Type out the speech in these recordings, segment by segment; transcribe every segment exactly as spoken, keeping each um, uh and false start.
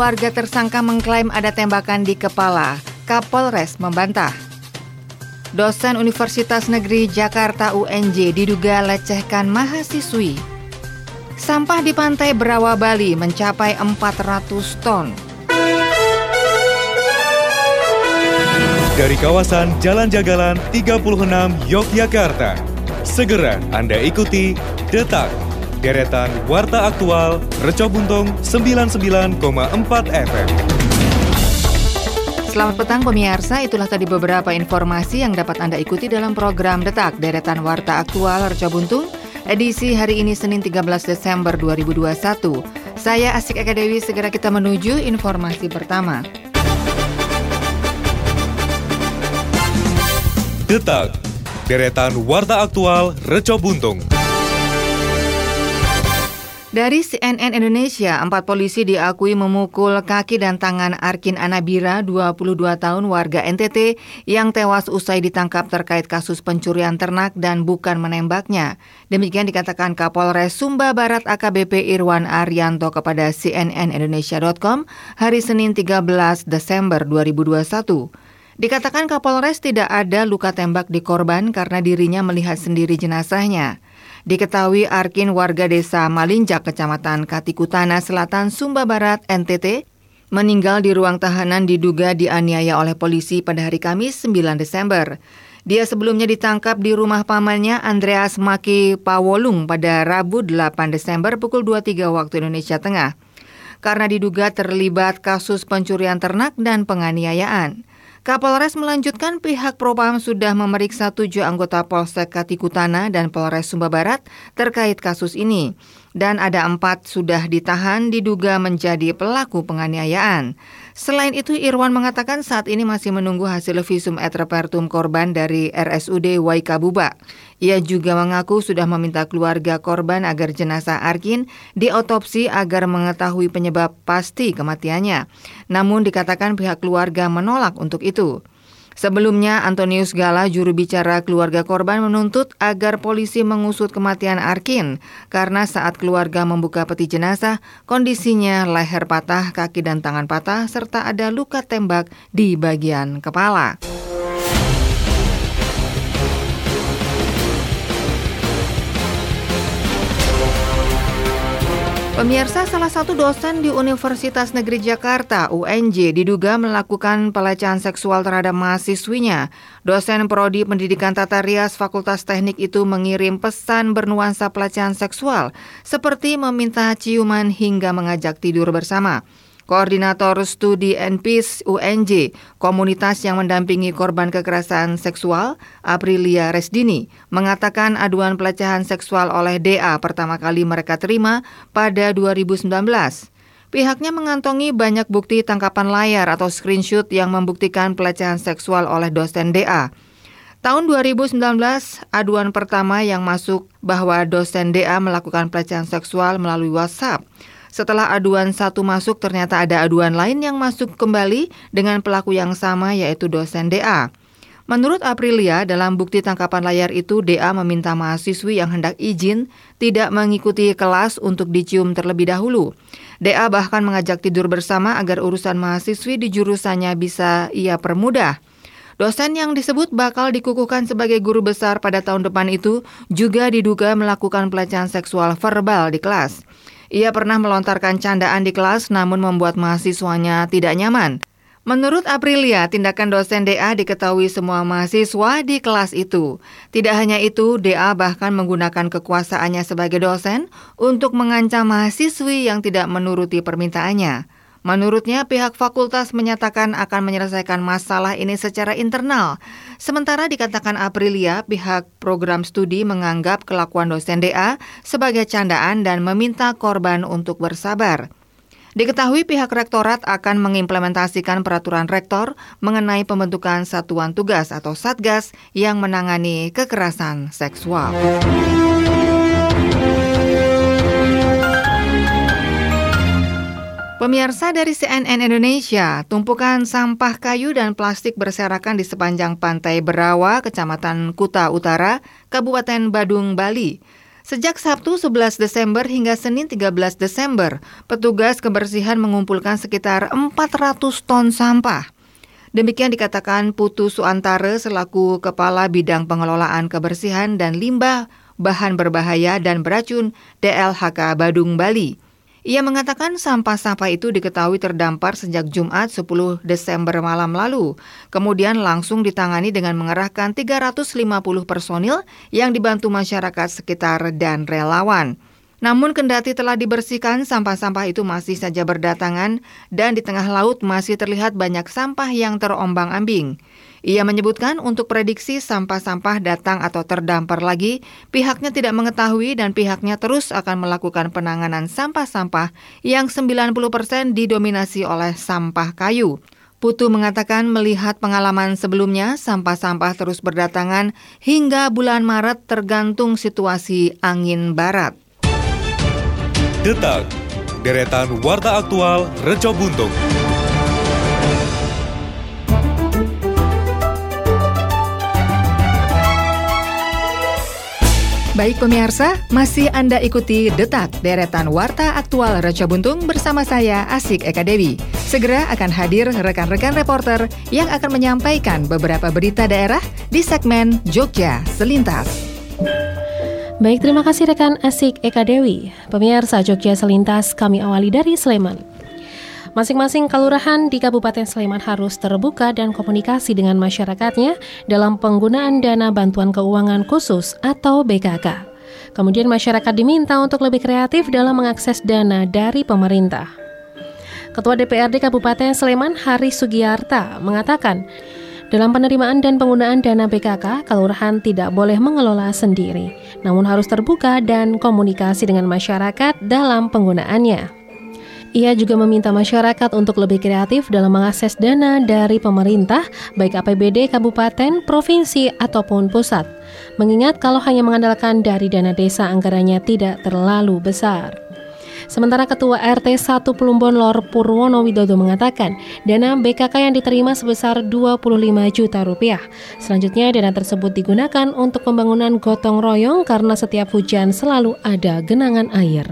keluarga tersangka mengklaim ada tembakan di kepala. Kapolres membantah. Dosen Universitas Negeri Jakarta U N J diduga lecehkan mahasiswi. Sampah di pantai Berawa, Bali mencapai empat ratus ton. Dari kawasan Jalan Jagalan tiga puluh enam Yogyakarta, segera Anda ikuti Detak, deretan Warta Aktual Reco Buntung sembilan puluh sembilan koma empat F M. Selamat petang pemirsa, itulah tadi beberapa informasi yang dapat Anda ikuti dalam program Detak, deretan Warta Aktual Reco Buntung, edisi hari ini Senin tiga belas Desember dua ribu dua puluh satu. Saya Asik Eka Dewi, segera kita menuju informasi pertama. Detak, deretan Warta Aktual Reco Buntung. Dari C N N Indonesia, empat polisi diakui memukul kaki dan tangan Arkin Anabira, dua puluh dua tahun warga N T T, yang tewas usai ditangkap terkait kasus pencurian ternak dan bukan menembaknya. Demikian dikatakan Kapolres Sumba Barat A K B P Irwan Arianto kepada C N N Indonesia dot com hari Senin tiga belas Desember dua ribu dua puluh satu. Dikatakan Kapolres tidak ada luka tembak di korban karena dirinya melihat sendiri jenazahnya. Diketahui Arkin warga desa Malinjak, Kecamatan Katikutana Selatan, Sumba Barat, N T T, meninggal di ruang tahanan diduga dianiaya oleh polisi pada hari Kamis sembilan Desember. Dia sebelumnya ditangkap di rumah pamannya Andreas Maki Pawolung pada Rabu delapan Desember pukul dua puluh tiga waktu Indonesia Tengah. Karena diduga terlibat kasus pencurian ternak dan penganiayaan. Kapolres melanjutkan pihak Propam sudah memeriksa tujuh anggota Polsek Katikutana dan Polres Sumba Barat terkait kasus ini. Dan ada empat sudah ditahan diduga menjadi pelaku penganiayaan. Selain itu, Irwan mengatakan saat ini masih menunggu hasil visum et repertum korban dari R S U D Waikabuba. Ia juga mengaku sudah meminta keluarga korban agar jenazah Arkin diotopsi agar mengetahui penyebab pasti kematiannya. Namun dikatakan pihak keluarga menolak untuk itu. Sebelumnya, Antonius Gala, juru bicara keluarga korban, menuntut agar polisi mengusut kematian Arkin karena saat keluarga membuka peti jenazah, kondisinya leher patah, kaki dan tangan patah, serta ada luka tembak di bagian kepala. Pemirsa, salah satu dosen di Universitas Negeri Jakarta U N J diduga melakukan pelecehan seksual terhadap mahasiswinya. Dosen Prodi Pendidikan Tata Rias Fakultas Teknik itu mengirim pesan bernuansa pelecehan seksual, seperti meminta ciuman hingga mengajak tidur bersama. Koordinator Studi and Peace U N J, komunitas yang mendampingi korban kekerasan seksual, Aprilia Resdini, mengatakan aduan pelecehan seksual oleh D A pertama kali mereka terima pada dua ribu sembilan belas. Pihaknya mengantongi banyak bukti tangkapan layar atau screenshot yang membuktikan pelecehan seksual oleh dosen D A. Tahun dua ribu sembilan belas, aduan pertama yang masuk bahwa dosen D A melakukan pelecehan seksual melalui WhatsApp. Setelah aduan satu masuk, ternyata ada aduan lain yang masuk kembali dengan pelaku yang sama, yaitu dosen D A. Menurut Aprilia, dalam bukti tangkapan layar itu, D A meminta mahasiswi yang hendak izin tidak mengikuti kelas untuk dicium terlebih dahulu. D A bahkan mengajak tidur bersama agar urusan mahasiswi di jurusannya bisa ia permudah. Dosen yang disebut bakal dikukuhkan sebagai guru besar pada tahun depan itu juga diduga melakukan pelecehan seksual verbal di kelas. Ia pernah melontarkan candaan di kelas namun membuat mahasiswanya tidak nyaman. Menurut Aprilia, tindakan dosen D A diketahui semua mahasiswa di kelas itu. Tidak hanya itu, D A bahkan menggunakan kekuasaannya sebagai dosen untuk mengancam mahasiswi yang tidak menuruti permintaannya. Menurutnya, pihak fakultas menyatakan akan menyelesaikan masalah ini secara internal. Sementara dikatakan Aprilia, pihak program studi menganggap kelakuan dosen D A sebagai candaan dan meminta korban untuk bersabar. Diketahui pihak rektorat akan mengimplementasikan peraturan rektor mengenai pembentukan satuan tugas atau satgas yang menangani kekerasan seksual. Pemirsa dari C N N Indonesia, tumpukan sampah kayu dan plastik berserakan di sepanjang pantai Berawa, Kecamatan Kuta Utara, Kabupaten Badung, Bali. Sejak Sabtu sebelas Desember hingga Senin tiga belas Desember, petugas kebersihan mengumpulkan sekitar empat ratus ton sampah. Demikian dikatakan Putu Suantare selaku Kepala Bidang Pengelolaan Kebersihan dan Limbah Bahan Berbahaya dan Beracun D L H K Badung, Bali. Ia mengatakan sampah-sampah itu diketahui terdampar sejak Jumat sepuluh Desember malam lalu. Kemudian langsung ditangani dengan mengerahkan tiga ratus lima puluh personil yang dibantu masyarakat sekitar dan relawan. Namun kendati telah dibersihkan, sampah-sampah itu masih saja berdatangan dan di tengah laut masih terlihat banyak sampah yang terombang-ambing. Ia menyebutkan untuk prediksi sampah-sampah datang atau terdampar lagi, pihaknya tidak mengetahui dan pihaknya terus akan melakukan penanganan sampah-sampah yang sembilan puluh persen didominasi oleh sampah kayu. Putu mengatakan melihat pengalaman sebelumnya, sampah-sampah terus berdatangan hingga bulan Maret tergantung situasi angin barat. Detak, deretan warta aktual Reco Buntung. Baik pemirsa, masih Anda ikuti Detak, deretan warta aktual Reco Buntung bersama saya Asik Eka Dewi. Segera akan hadir rekan-rekan reporter yang akan menyampaikan beberapa berita daerah di segmen Jogja Selintas. Baik, terima kasih rekan Asik Eka Dewi. Pemirsa Jogja Selintas kami awali dari Sleman. Masing-masing kelurahan di Kabupaten Sleman harus terbuka dan komunikasi dengan masyarakatnya dalam penggunaan dana bantuan keuangan khusus atau B K K. Kemudian masyarakat diminta untuk lebih kreatif dalam mengakses dana dari pemerintah. Ketua D P R D Kabupaten Sleman Haris Sugiyarta mengatakan, dalam penerimaan dan penggunaan dana B K K, kelurahan tidak boleh mengelola sendiri, namun harus terbuka dan komunikasi dengan masyarakat dalam penggunaannya. Ia juga meminta masyarakat untuk lebih kreatif dalam mengakses dana dari pemerintah, baik A P B D kabupaten, provinsi, ataupun pusat. Mengingat kalau hanya mengandalkan dari dana desa, anggarannya tidak terlalu besar. Sementara Ketua R T satu Plumbon Lor Purwono Widodo mengatakan, dana B K K yang diterima sebesar dua puluh lima juta rupiah. Selanjutnya dana tersebut digunakan untuk pembangunan gotong royong karena setiap hujan selalu ada genangan air.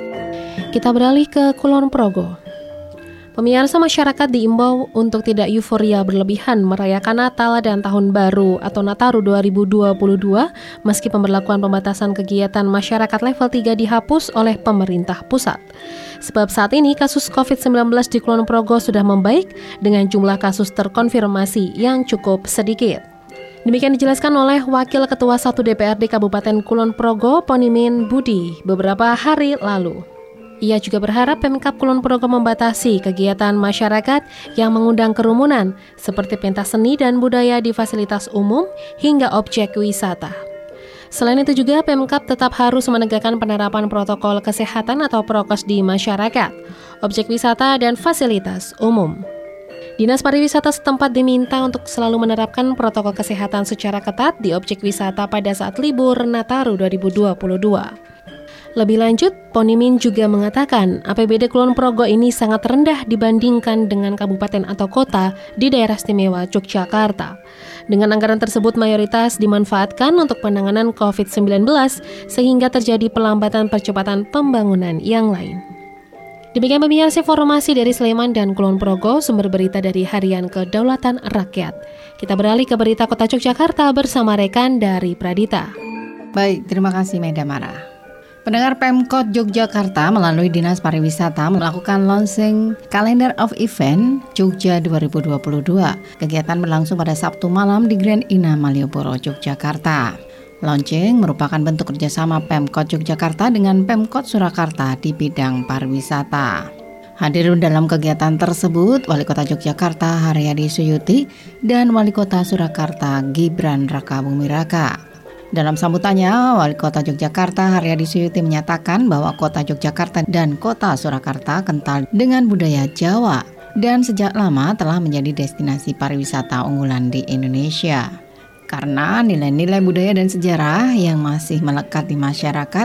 Kita beralih ke Kulon Progo. Pemirsa, masyarakat diimbau untuk tidak euforia berlebihan merayakan Natal dan Tahun Baru atau Nataru dua ribu dua puluh dua meski pemberlakuan pembatasan kegiatan masyarakat level tiga dihapus oleh pemerintah pusat. Sebab saat ini kasus covid sembilan belas di Kulon Progo sudah membaik dengan jumlah kasus terkonfirmasi yang cukup sedikit. Demikian dijelaskan oleh Wakil Ketua satu D P R D Kabupaten Kulon Progo, Ponimin Budi, beberapa hari lalu. Ia juga berharap Pemkab Kulon Progo membatasi kegiatan masyarakat yang mengundang kerumunan seperti pentas seni dan budaya di fasilitas umum hingga objek wisata. Selain itu juga Pemkab tetap harus menegakkan penerapan protokol kesehatan atau prokes di masyarakat, objek wisata dan fasilitas umum. Dinas Pariwisata setempat diminta untuk selalu menerapkan protokol kesehatan secara ketat di objek wisata pada saat libur Nataru dua ribu dua puluh dua. Lebih lanjut, Ponimin juga mengatakan A P B D Kulon Progo ini sangat rendah dibandingkan dengan kabupaten atau kota di daerah istimewa Yogyakarta. Dengan anggaran tersebut mayoritas dimanfaatkan untuk penanganan covid sembilan belas sehingga terjadi pelambatan percepatan pembangunan yang lain. Demikian pemirsa informasi dari Sleman dan Kulon Progo, sumber berita dari Harian Kedaulatan Rakyat. Kita beralih ke berita Kota Yogyakarta bersama rekan dari Pradita. Baik, terima kasih Meda Mara. Pendengar, Pemkot Yogyakarta melalui Dinas Pariwisata melakukan launching Calendar of Event Jogja dua ribu dua puluh dua. Kegiatan berlangsung pada Sabtu malam di Grand Ina Malioboro, Yogyakarta. Launching merupakan bentuk kerjasama Pemkot Yogyakarta dengan Pemkot Surakarta di bidang pariwisata. Hadir dalam kegiatan tersebut Wali Kota Yogyakarta Haryadi Suyuti dan Wali Kota Surakarta Gibran Rakabuming Raka. Dalam sambutannya, Wali Kota Yogyakarta Haryadi Suyuti menyatakan bahwa Kota Yogyakarta dan Kota Surakarta kental dengan budaya Jawa dan sejak lama telah menjadi destinasi pariwisata unggulan di Indonesia. Karena nilai-nilai budaya dan sejarah yang masih melekat di masyarakat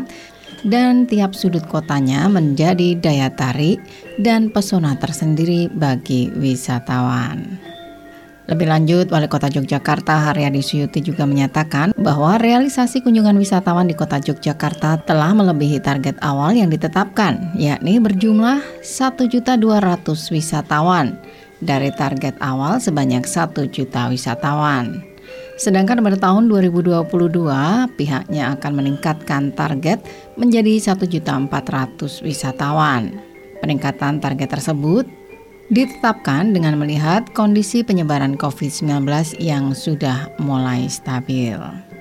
dan tiap sudut kotanya menjadi daya tarik dan pesona tersendiri bagi wisatawan. Lebih lanjut, Wali Kota Yogyakarta Haryadi Suyuti juga menyatakan bahwa realisasi kunjungan wisatawan di Kota Yogyakarta telah melebihi target awal yang ditetapkan, yakni berjumlah satu juta dua ratus wisatawan dari target awal sebanyak satu juta wisatawan. Sedangkan pada tahun dua ribu dua puluh dua, pihaknya akan meningkatkan target menjadi satu juta empat ratus wisatawan. Peningkatan target tersebut ditetapkan dengan melihat kondisi penyebaran covid sembilan belas yang sudah mulai stabil.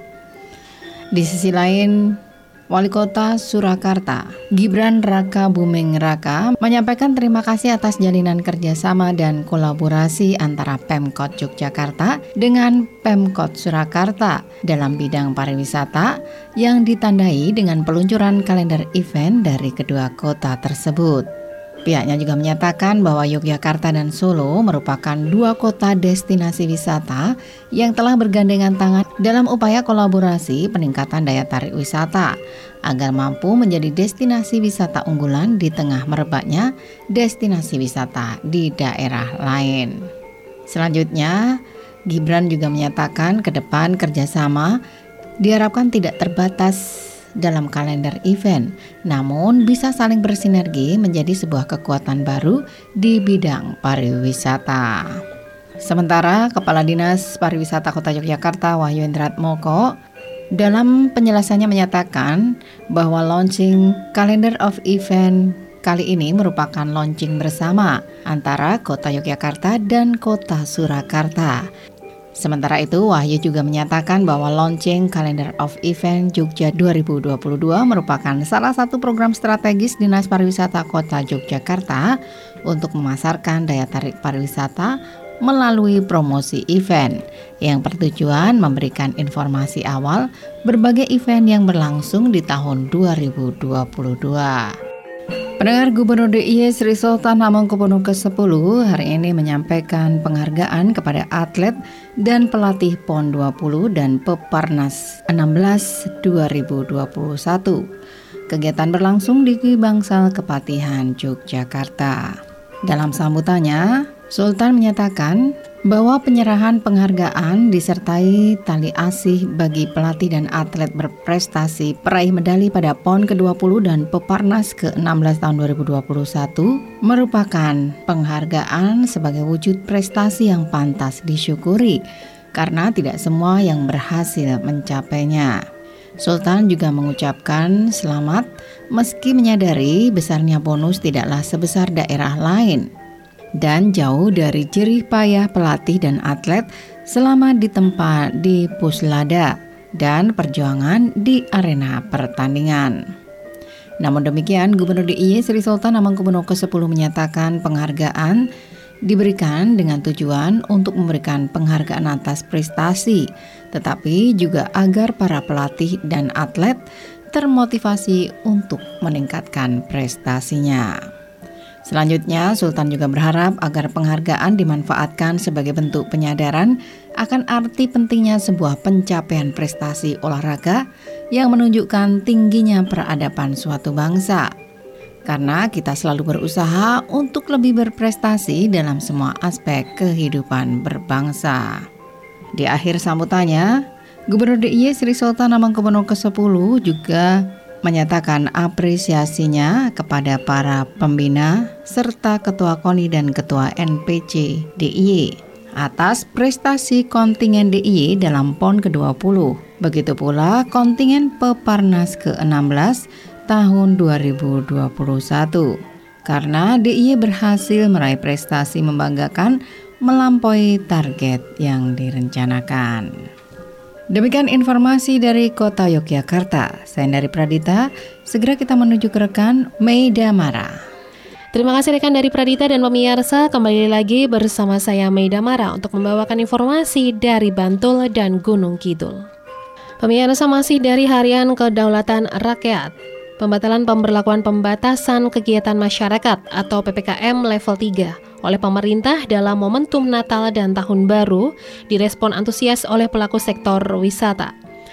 Di sisi lain, Wali Kota Surakarta, Gibran Raka Buming Raka, menyampaikan terima kasih atas jalinan kerjasama dan kolaborasi antara Pemkot Yogyakarta dengan Pemkot Surakarta dalam bidang pariwisata yang ditandai dengan peluncuran kalender event dari kedua kota tersebut. Pihaknya juga menyatakan bahwa Yogyakarta dan Solo merupakan dua kota destinasi wisata yang telah bergandengan tangan dalam upaya kolaborasi peningkatan daya tarik wisata agar mampu menjadi destinasi wisata unggulan di tengah merebaknya destinasi wisata di daerah lain. Selanjutnya, Gibran juga menyatakan ke depan kerjasama diharapkan tidak terbatas dalam kalender event, namun bisa saling bersinergi menjadi sebuah kekuatan baru di bidang pariwisata. Sementara Kepala Dinas Pariwisata Kota Yogyakarta Wahyu Indratmoko dalam penjelasannya menyatakan bahwa launching Calendar of Event kali ini merupakan launching bersama antara Kota Yogyakarta dan Kota Surakarta. Sementara itu, Wahyu juga menyatakan bahwa launching Calendar of Event Jogja dua ribu dua puluh dua merupakan salah satu program strategis Dinas Pariwisata Kota Yogyakarta untuk memasarkan daya tarik pariwisata melalui promosi event yang bertujuan memberikan informasi awal berbagai event yang berlangsung di tahun dua ribu dua puluh dua. Pendengar, Gubernur D I Y Sri Sultan Hamengkubuwono kesepuluh hari ini menyampaikan penghargaan kepada atlet dan pelatih PON dua puluh dan Peparnas enam belas dua ribu dua puluh satu. Kegiatan berlangsung di Bangsal Kepatihan, Yogyakarta. Dalam sambutannya, Sultan menyatakan bahwa penyerahan penghargaan disertai tali asih bagi pelatih dan atlet berprestasi peraih medali pada PON ke dua puluh dan Peparnas ke enam belas tahun dua ribu dua puluh satu merupakan penghargaan sebagai wujud prestasi yang pantas disyukuri karena tidak semua yang berhasil mencapainya. Sultan juga mengucapkan selamat meski menyadari besarnya bonus tidaklah sebesar daerah lain dan jauh dari jerih payah pelatih dan atlet selama ditempa di Puslada dan perjuangan di arena pertandingan. Namun demikian, Gubernur D I Y Sri Sultan Hamengkubuwono kesepuluh menyatakan penghargaan diberikan dengan tujuan untuk memberikan penghargaan atas prestasi, tetapi juga agar para pelatih dan atlet termotivasi untuk meningkatkan prestasinya. Selanjutnya, Sultan juga berharap agar penghargaan dimanfaatkan sebagai bentuk penyadaran akan arti pentingnya sebuah pencapaian prestasi olahraga yang menunjukkan tingginya peradaban suatu bangsa. Karena kita selalu berusaha untuk lebih berprestasi dalam semua aspek kehidupan berbangsa. Di akhir sambutannya, Gubernur D I Y Sri Sultan Hamengkubuwono kesepuluh juga menyatakan apresiasinya kepada para pembina serta Ketua KONI dan Ketua N P C D I Y atas prestasi kontingen D I Y dalam PON ke dua puluh. Begitu pula kontingen Peparnas ke enam belas tahun dua ribu dua puluh satu. Karena D I Y berhasil meraih prestasi membanggakan melampaui target yang direncanakan. Demikian informasi dari Kota Yogyakarta. Saya dari Pradita, segera kita menuju ke rekan Meida Mara. Terima kasih rekan dari Pradita dan pemirsa, kembali lagi bersama saya Meida Mara untuk membawakan informasi dari Bantul dan Gunung Kidul. Pemirsa, masih dari Harian Kedaulatan Rakyat. Pembatalan pemberlakuan pembatasan kegiatan masyarakat atau P P K M level tiga oleh pemerintah dalam momentum Natal dan Tahun Baru direspon antusias oleh pelaku sektor wisata.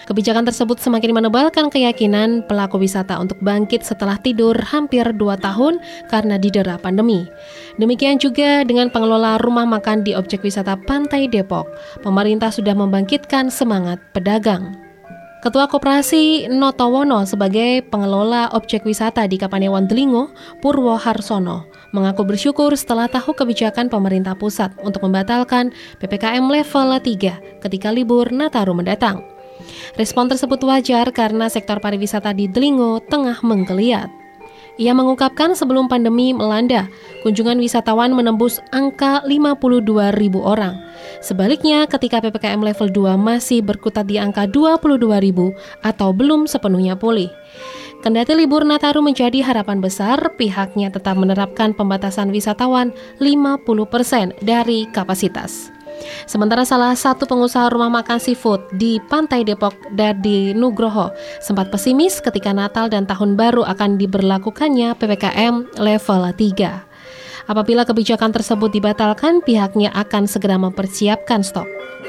Kebijakan tersebut semakin menebalkan keyakinan pelaku wisata untuk bangkit setelah tidur hampir dua tahun karena didera pandemi. Demikian juga dengan pengelola rumah makan di objek wisata Pantai Depok. Pemerintah sudah membangkitkan semangat pedagang. Ketua Koperasi Notowono sebagai pengelola objek wisata di Kapanewon Delingo, Purwo Harsono, mengaku bersyukur setelah tahu kebijakan pemerintah pusat untuk membatalkan P P K M level tiga ketika libur Nataru mendatang. Respon tersebut wajar karena sektor pariwisata di Delingo tengah menggeliat. Ia mengungkapkan sebelum pandemi melanda, kunjungan wisatawan menembus angka lima puluh dua ribu orang. Sebaliknya, ketika P P K M level dua masih berkutat di angka dua puluh dua ribu atau belum sepenuhnya pulih. Kendati libur Nataru menjadi harapan besar, pihaknya tetap menerapkan pembatasan wisatawan lima puluh persen dari kapasitas. Sementara salah satu pengusaha rumah makan seafood di Pantai Depok, Dadi Nugroho, sempat pesimis ketika Natal dan Tahun Baru akan diberlakukannya P P K M level tiga. Apabila kebijakan tersebut dibatalkan, pihaknya akan segera mempersiapkan stok.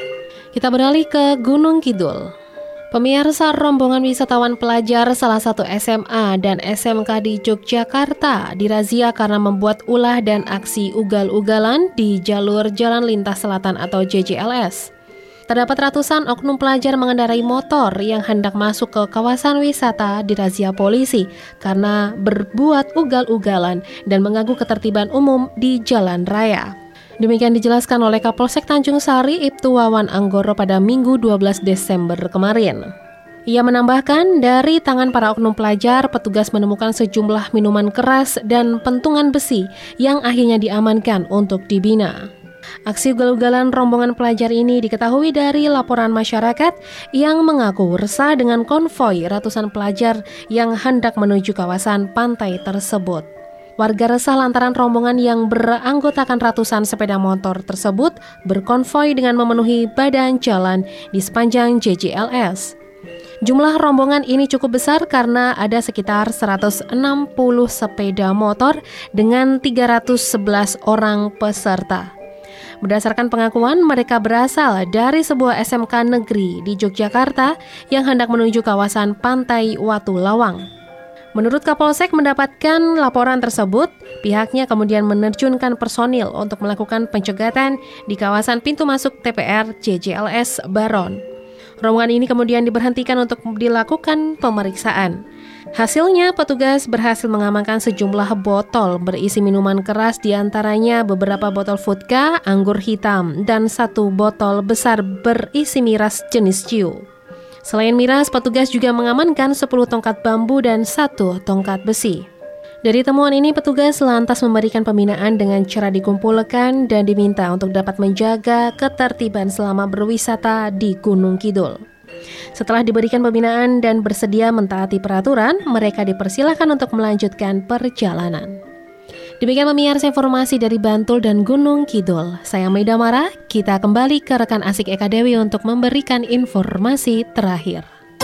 Kita beralih ke Gunung Kidul. Pemirsa, rombongan wisatawan pelajar salah satu S M A dan S M K di Yogyakarta dirazia karena membuat ulah dan aksi ugal-ugalan di jalur Jalan Lintas Selatan atau J J L S. Terdapat ratusan oknum pelajar mengendarai motor yang hendak masuk ke kawasan wisata dirazia polisi karena berbuat ugal-ugalan dan mengganggu ketertiban umum di jalan raya. Demikian dijelaskan oleh Kapolsek Tanjung Sari Ibtu Wawan Anggoro pada Minggu dua belas Desember kemarin. Ia menambahkan, dari tangan para oknum pelajar, petugas menemukan sejumlah minuman keras dan pentungan besi yang akhirnya diamankan untuk dibina. Aksi ugal-ugalan rombongan pelajar ini diketahui dari laporan masyarakat yang mengaku resah dengan konvoi ratusan pelajar yang hendak menuju kawasan pantai tersebut. Warga resah lantaran rombongan yang beranggotakan ratusan sepeda motor tersebut berkonvoi dengan memenuhi badan jalan di sepanjang J J L S. Jumlah rombongan ini cukup besar karena ada sekitar seratus enam puluh sepeda motor dengan tiga ratus sebelas orang peserta. Berdasarkan pengakuan, mereka berasal dari sebuah S M K negeri di Yogyakarta yang hendak menuju kawasan Pantai Watu Lawang. Menurut Kapolsek mendapatkan laporan tersebut, pihaknya kemudian menerjunkan personil untuk melakukan pencegatan di kawasan pintu masuk T P R J J L S Baron. Rombongan ini kemudian diberhentikan untuk dilakukan pemeriksaan. Hasilnya, petugas berhasil mengamankan sejumlah botol berisi minuman keras, diantaranya beberapa botol vodka, anggur hitam, dan satu botol besar berisi miras jenis ciu. Selain miras, petugas juga mengamankan sepuluh tongkat bambu dan satu tongkat besi. Dari temuan ini, petugas lantas memberikan pembinaan dengan cara dikumpulkan dan diminta untuk dapat menjaga ketertiban selama berwisata di Gunung Kidul. Setelah diberikan pembinaan dan bersedia mentaati peraturan, mereka dipersilahkan untuk melanjutkan perjalanan. Demikian pemirsa informasi dari Bantul dan Gunung Kidul. Saya Maida Mara, kita kembali ke rekan Asik Eka Dewi untuk memberikan informasi terakhir.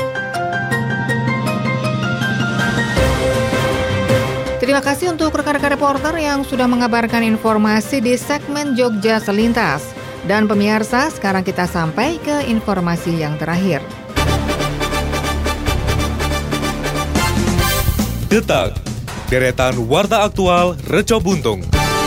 Terima kasih untuk rekan-rekan reporter yang sudah mengabarkan informasi di segmen Jogja Selintas. Dan pemirsa, sekarang kita sampai ke informasi yang terakhir. Detak, deretan warta aktual Reco Buntung.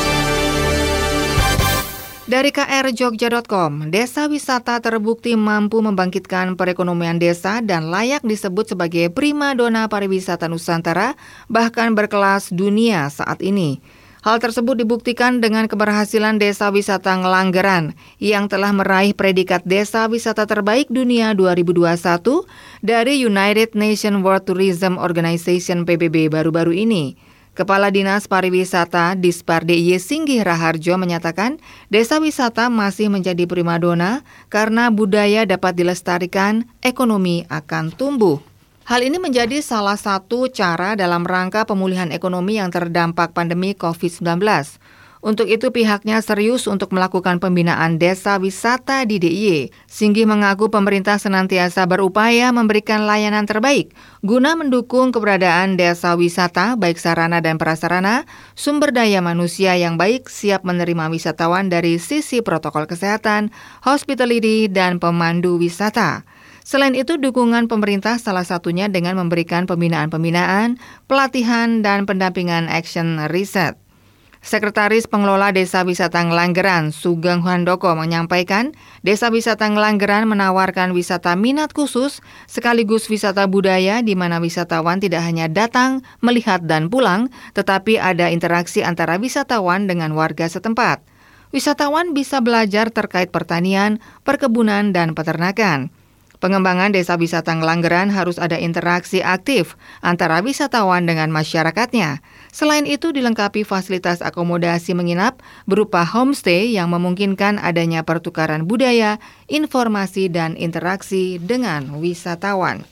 Dari K R Jogja titik com, desa wisata terbukti mampu membangkitkan perekonomian desa dan layak disebut sebagai primadona pariwisata Nusantara, bahkan berkelas dunia saat ini. Hal tersebut dibuktikan dengan keberhasilan Desa Wisata Ngelanggeran yang telah meraih predikat Desa Wisata Terbaik Dunia dua ribu dua puluh satu dari United Nations World Tourism Organization P B B baru-baru ini. Kepala Dinas Pariwisata Dispar D I Y Singgih Raharjo menyatakan desa wisata masih menjadi primadona karena budaya dapat dilestarikan, ekonomi akan tumbuh. Hal ini menjadi salah satu cara dalam rangka pemulihan ekonomi yang terdampak pandemi covid sembilan belas. Untuk itu pihaknya serius untuk melakukan pembinaan desa wisata di D I Y. Singgih mengaku pemerintah senantiasa berupaya memberikan layanan terbaik guna mendukung keberadaan desa wisata baik sarana dan prasarana, sumber daya manusia yang baik, siap menerima wisatawan dari sisi protokol kesehatan, hospitality, dan pemandu wisata. Selain itu, dukungan pemerintah salah satunya dengan memberikan pembinaan-pembinaan, pelatihan, dan pendampingan action riset. Sekretaris Pengelola Desa Wisata Ngelanggeran, Sugeng Handoko menyampaikan, Desa Wisata Ngelanggeran menawarkan wisata minat khusus sekaligus wisata budaya di mana wisatawan tidak hanya datang, melihat dan pulang, tetapi ada interaksi antara wisatawan dengan warga setempat. Wisatawan bisa belajar terkait pertanian, perkebunan, dan peternakan. Pengembangan Desa Wisata Ngelanggeran harus ada interaksi aktif antara wisatawan dengan masyarakatnya. Selain itu dilengkapi fasilitas akomodasi menginap berupa homestay yang memungkinkan adanya pertukaran budaya, informasi, dan interaksi dengan wisatawan.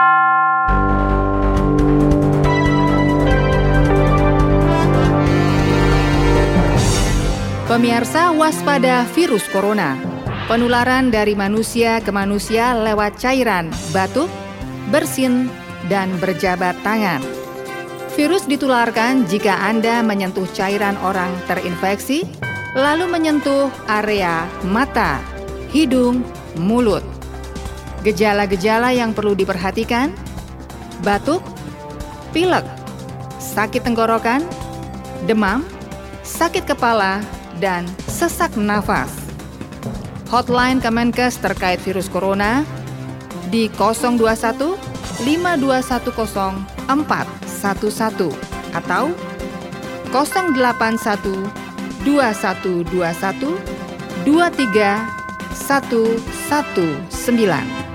Pemirsa, waspada virus corona. Penularan dari manusia ke manusia lewat cairan, batuk, bersin, dan berjabat tangan. Virus ditularkan jika Anda menyentuh cairan orang terinfeksi, lalu menyentuh area mata, hidung, mulut. Gejala-gejala yang perlu diperhatikan: batuk, pilek, sakit tenggorokan, demam, sakit kepala, dan sesak nafas. Hotline Kemenkes terkait virus corona di nol dua satu lima dua satu nol empat satu satu atau nol delapan satu dua satu dua satu dua tiga satu satu sembilan.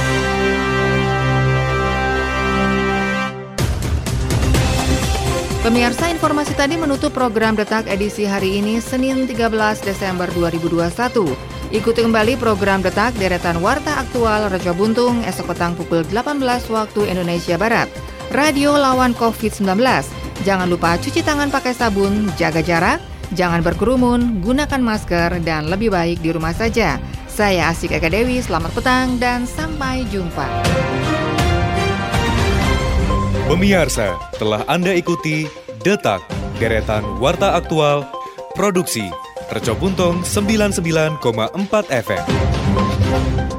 Pemirsa, informasi tadi menutup program Detak edisi hari ini, Senin tiga belas Desember dua ribu dua puluh satu. Ikuti kembali program Detak deretan Warta Aktual Rejo Buntung esok petang pukul delapan belas waktu Indonesia Barat. Radio lawan covid sembilan belas. Jangan lupa cuci tangan pakai sabun, jaga jarak, jangan berkerumun, gunakan masker, dan lebih baik di rumah saja. Saya Asik Eka Dewi, selamat petang dan sampai jumpa. Pemirsa, telah Anda ikuti Detak deretan Warta Aktual Produksi Rejo Buntung sembilan puluh sembilan koma empat F M.